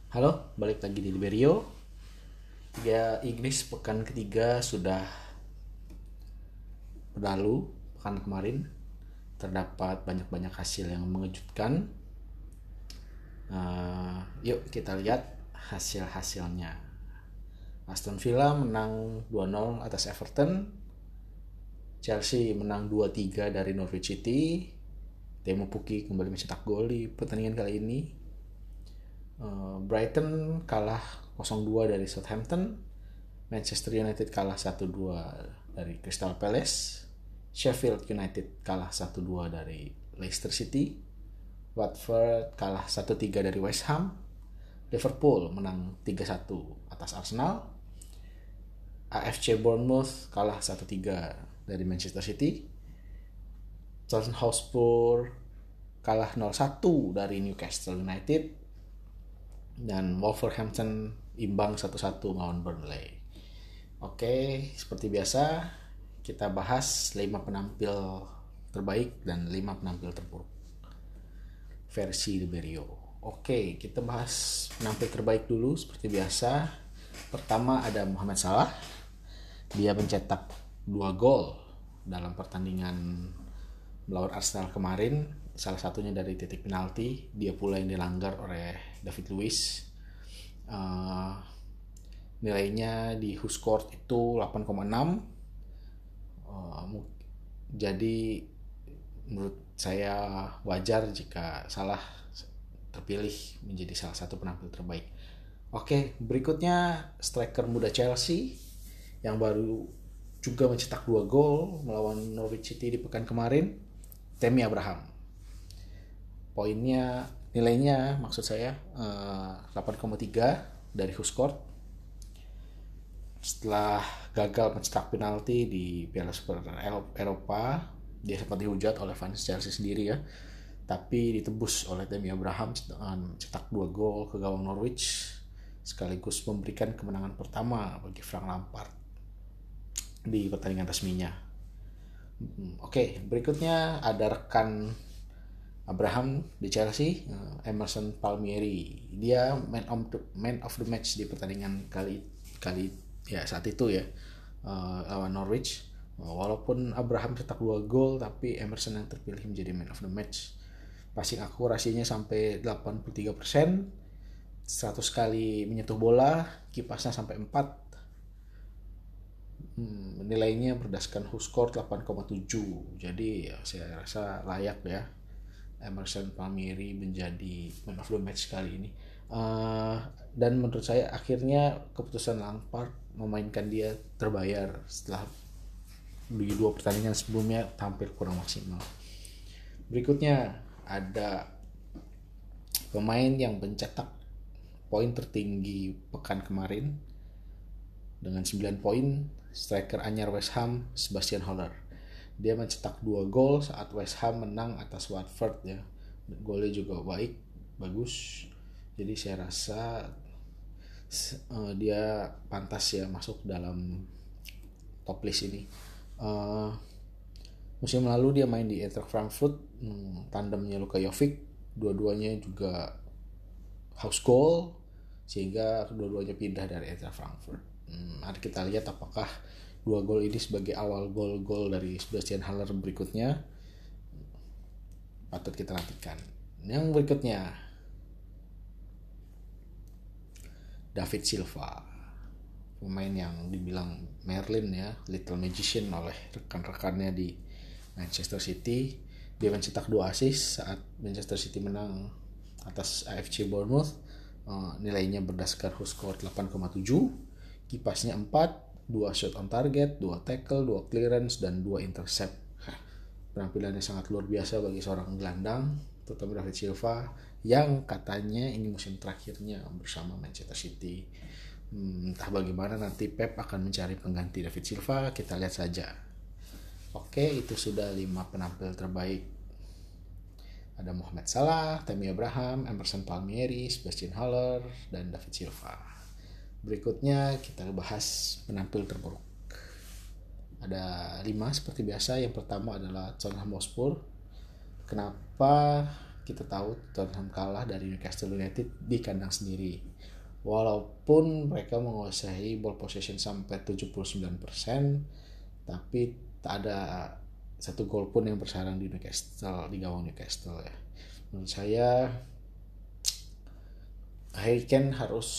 Halo, balik lagi di Liberio. Liga Inggris pekan ketiga sudah berlalu. Pekan kemarin terdapat banyak-banyak hasil yang mengejutkan. Yuk kita lihat hasil-hasilnya. Aston Villa menang 2-0 atas Everton. Chelsea menang 2-3 dari Norwich City. Timo Pukki kembali mencetak gol di pertandingan kali ini. Brighton kalah 0-2 dari Southampton. Manchester United kalah 1-2 dari Crystal Palace. Sheffield United kalah 1-2 dari Leicester City. Watford kalah 1-3 dari West Ham. Liverpool menang 3-1 atas Arsenal. AFC Bournemouth kalah 1-3 dari Manchester City. Tottenham Hotspur kalah 0-1 dari Newcastle United. Dan Wolverhampton imbang 1-1 melawan Burnley. Oke, seperti biasa kita bahas 5 penampil terbaik dan 5 penampil terburuk versi Liberio. Oke, kita bahas penampil terbaik dulu seperti biasa. Pertama ada Mohamed Salah. Dia mencetak 2 gol dalam pertandingan melawan Arsenal kemarin. Salah satunya dari titik penalti. Dia pula yang dilanggar oleh David Luiz. Nilainya di WhoScored itu 8,6. Jadi menurut saya wajar jika Salah terpilih menjadi salah satu penampil terbaik. Oke, berikutnya striker muda Chelsea yang baru juga mencetak 2 gol melawan Norwich City di pekan kemarin, Tammy Abraham. Nilainya maksud saya 8,3 dari WhoScored. Setelah gagal mencetak penalti di Piala Super Eropa, dia sempat dihujat oleh fans Chelsea sendiri ya, tapi ditebus oleh Tammy Abraham dengan mencetak 2 gol ke gawang Norwich, sekaligus memberikan kemenangan pertama bagi Frank Lampard di pertandingan resminya. Oke, berikutnya ada rekan Abraham di Chelsea, Emerson Palmieri. Dia man of the match di pertandingan kali ya saat itu ya, lawan Norwich. Walaupun Abraham cetak 2 gol, tapi Emerson yang terpilih menjadi man of the match. Passing akurasinya sampai 83%, 100 kali menyentuh bola, kipasnya sampai 4. Nilainya berdasarkan WhoScored 8,7. Jadi ya, saya rasa layak ya Emerson Palmieri menjadi man of the match kali ini. Dan menurut saya akhirnya keputusan Lampard memainkan dia terbayar setelah di 2 pertandingan sebelumnya tampil kurang maksimal. Berikutnya ada pemain yang mencetak poin tertinggi pekan kemarin dengan 9 poin, striker anyar West Ham, Sebastian Haller. Dia mencetak 2 gol saat West Ham menang atas Watford ya. Golnya juga bagus. Jadi saya rasa dia pantas ya masuk dalam top list ini. Musim lalu dia main di Eintracht Frankfurt, tandemnya Luka Jovic, dua-duanya juga house goal, sehingga kedua-duanya pindah dari Eintracht Frankfurt. Mari kita lihat apakah 2 gol ini sebagai awal gol-gol dari Sebastian Haller berikutnya. Patut kita nantikan. Yang berikutnya David Silva, pemain yang dibilang Merlin ya, Little Magician oleh rekan-rekannya di Manchester City. Dia mencetak 2 assist saat Manchester City menang atas AFC Bournemouth. Nilainya berdasarkan WhoScored 8,7. Kipasnya 4, 2 shot on target, 2 tackle, 2 clearance, dan 2 intercept. Penampilannya sangat luar biasa bagi seorang gelandang, terutama David Silva yang katanya ini musim terakhirnya bersama Manchester City. Entah bagaimana nanti Pep akan mencari pengganti David Silva, kita lihat saja. Oke, itu sudah 5 penampil terbaik. Ada Mohamed Salah, Tammy Abraham, Emerson Palmieri, Sebastian Haller, dan David Silva. Berikutnya kita bahas penampil terburuk. Ada 5 seperti biasa. Yang pertama adalah Tottenham Hotspur. Kenapa kita tahu Tottenham kalah dari Newcastle United di kandang sendiri. Walaupun mereka menguasai ball possession sampai 79%, tapi tak ada satu gol pun yang bersarang di Newcastle, di gawang Newcastle ya. Menurut saya Harry Kane harus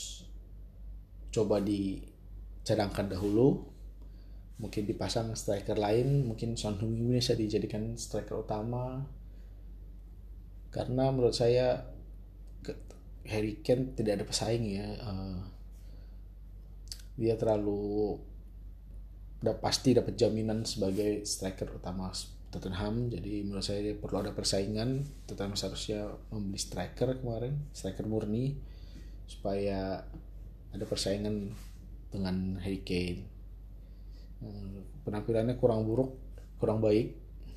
coba dicadangkan dahulu, mungkin dipasang striker lain, mungkin Son Heung-min bisa dijadikan striker utama, karena menurut saya Harry Kane tidak ada pesaing ya. Dia terlalu pasti dapat jaminan sebagai striker utama Tottenham, jadi menurut saya dia perlu ada persaingan. Tottenham seharusnya membeli striker kemarin, striker murni, supaya ada persaingan dengan Harry Kane. Penampilannya kurang baik,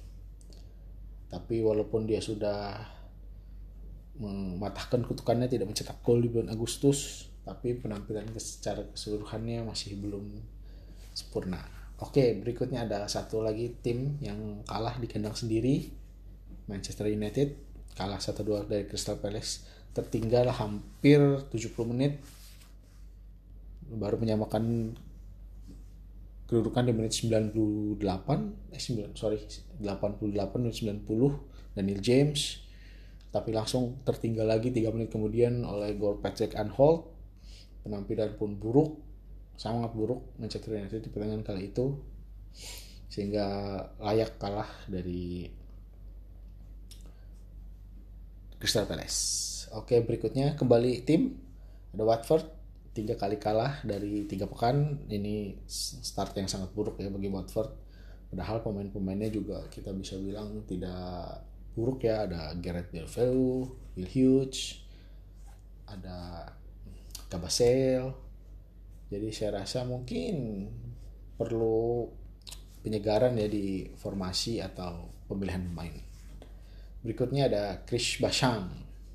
tapi walaupun dia sudah mematahkan kutukannya tidak mencetak gol di bulan Agustus, tapi penampilan secara keseluruhannya masih belum sempurna. Oke, berikutnya ada satu lagi tim yang kalah di kandang sendiri, Manchester United kalah 1-2 dari Crystal Palace, tertinggal hampir 70 menit baru menyamakan kedudukan di menit 88 menit 90 Daniel James, tapi langsung tertinggal lagi 3 menit kemudian oleh gol Patrick Arnold. Penampilan pun sangat buruk Manchester United di pertandingan kali itu, sehingga layak kalah dari Crystal Palace. Oke, berikutnya kembali tim ada Watford, 3 kali kalah dari 3 pekan. Ini start yang sangat buruk ya bagi Watford, padahal pemain-pemainnya juga kita bisa bilang tidak buruk ya. Ada Gareth Bale, Will Hughes, ada Kabasel. Jadi saya rasa mungkin perlu penyegaran ya di formasi atau pemilihan pemain. Berikutnya ada Chris Basham.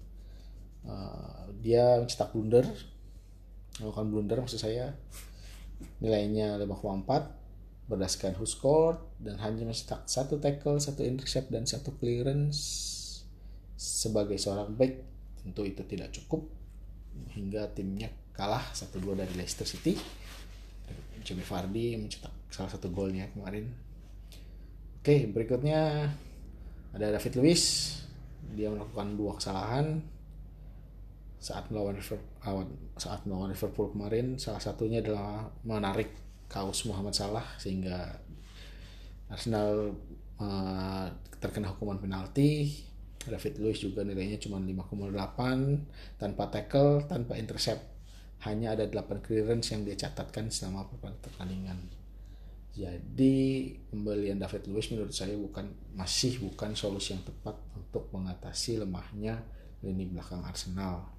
Dia melakukan blunder maksud saya, nilainya 5,4 berdasarkan WhoScored, dan hanya mencetak 1 tackle, 1 intercept, dan 1 clearance. Sebagai seorang back tentu itu tidak cukup, hingga timnya kalah 1-2 dari Leicester City. Jamie Vardy mencetak salah satu golnya kemarin. Oke, berikutnya ada David Luiz. Dia melakukan 2 kesalahan saat melawan Liverpool kemarin. Salah satunya adalah menarik kaos Muhammad Salah sehingga Arsenal terkena hukuman penalti. David Luiz juga nilainya cuma 5,8, tanpa tackle, tanpa intercept. Hanya ada 8 clearance yang dia catatkan selama pertandingan. Jadi pembelian David Luiz menurut saya masih bukan solusi yang tepat untuk mengatasi lemahnya lini belakang Arsenal.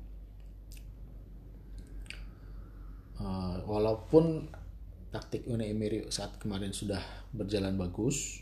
Walaupun taktik Unai Emery saat kemarin sudah berjalan bagus,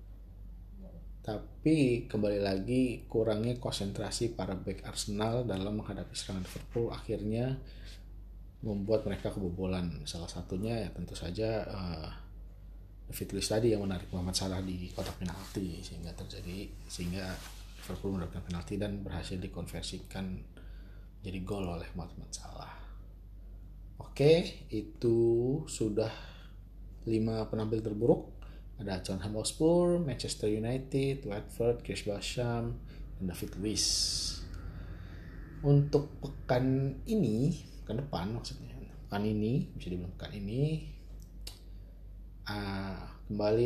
tapi kembali lagi kurangnya konsentrasi para back Arsenal dalam menghadapi serangan Liverpool akhirnya membuat mereka kebobolan. Salah satunya ya tentu saja David Luiz tadi yang menarik Muhammad Salah di kotak penalti, sehingga Liverpool mendapatkan penalti dan berhasil dikonversikan jadi gol oleh Muhammad Salah. Oke, itu sudah 5 penampil terburuk. Ada Tottenham Hotspur, Manchester United, Watford, Chris Basham, dan David Luiz. Untuk pekan depan maksudnya, pekan ini kembali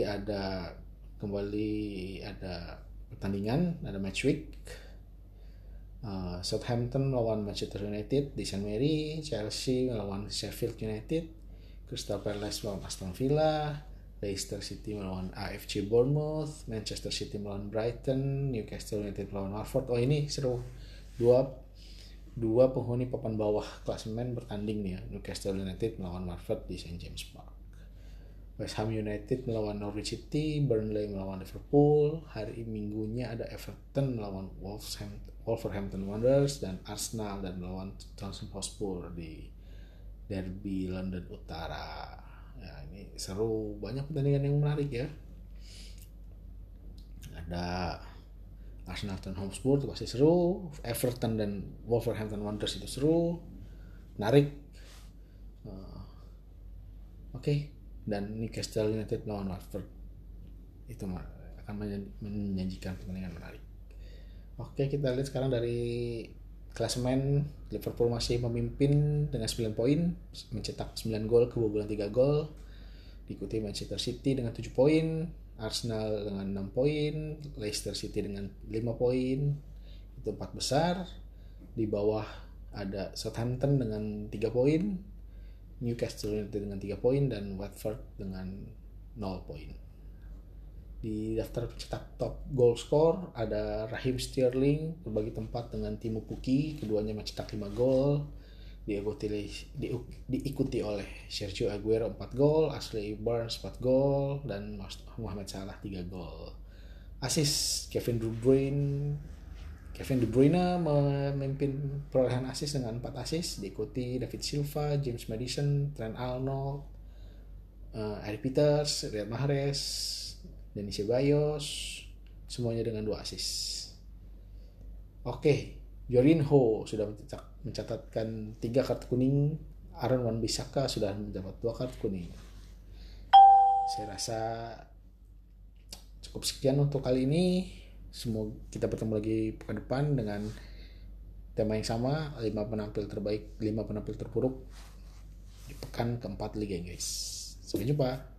ada pertandingan, ada match week. Southampton melawan Manchester United di St. Mary, Chelsea melawan Sheffield United, Crystal Palace melawan Aston Villa, Leicester City melawan AFC Bournemouth, Manchester City melawan Brighton, Newcastle United melawan Watford. Ini seru. Dua penghuni papan bawah klasemen bertanding nih ya. Newcastle United melawan Watford di St. James Park. West Ham United melawan Norwich City, Burnley melawan Liverpool. Hari Minggunya ada Everton melawan Wolverhampton Wanderers, dan Arsenal dan melawan Tottenham Hotspur di Derby London Utara. Ya, ini seru, banyak pertandingan yang menarik ya. Ada Arsenal dan Hotspur itu pasti seru. Everton dan Wolverhampton Wanderers itu seru, menarik. Oke. Dan Newcastle United lawan Watford itu akan menyajikan pertandingan menarik. Oke, kita lihat sekarang dari klasemen. Liverpool masih memimpin dengan 9 poin, mencetak 9 gol, kebobolan 3 gol. Diikuti Manchester City dengan 7 poin, Arsenal dengan 6 poin, Leicester City dengan 5 poin. Itu 4 besar. Di bawah ada Southampton dengan 3 poin, Newcastle United dengan 3 poin, dan Watford dengan 0 poin. Di daftar pencetak top goal score ada Raheem Sterling berbagi tempat dengan Timo Pukki, keduanya mencetak 5 gol. Diikuti oleh Sergio Aguero 4 gol, Ashley Barnes 4 gol, dan Mohamed Salah 3 gol. Asis Kevin De Bruyne memimpin perolehan asis dengan 4 asis, diikuti David Silva, James Maddison, Trent Arnold, Eric Peters, Riyad Mahrez, Denis Ceballos, semuanya dengan 2 asis. Oke, Jorginho sudah mencatatkan 3 kartu kuning. Aaron Wan-Bissaka sudah mendapat 2 kartu kuning. Saya rasa cukup sekian untuk kali ini. Semoga kita bertemu lagi pekan depan dengan tema yang sama, 5 penampil terbaik, 5 penampil terburuk di pekan keempat Liga Inggris. Sampai jumpa.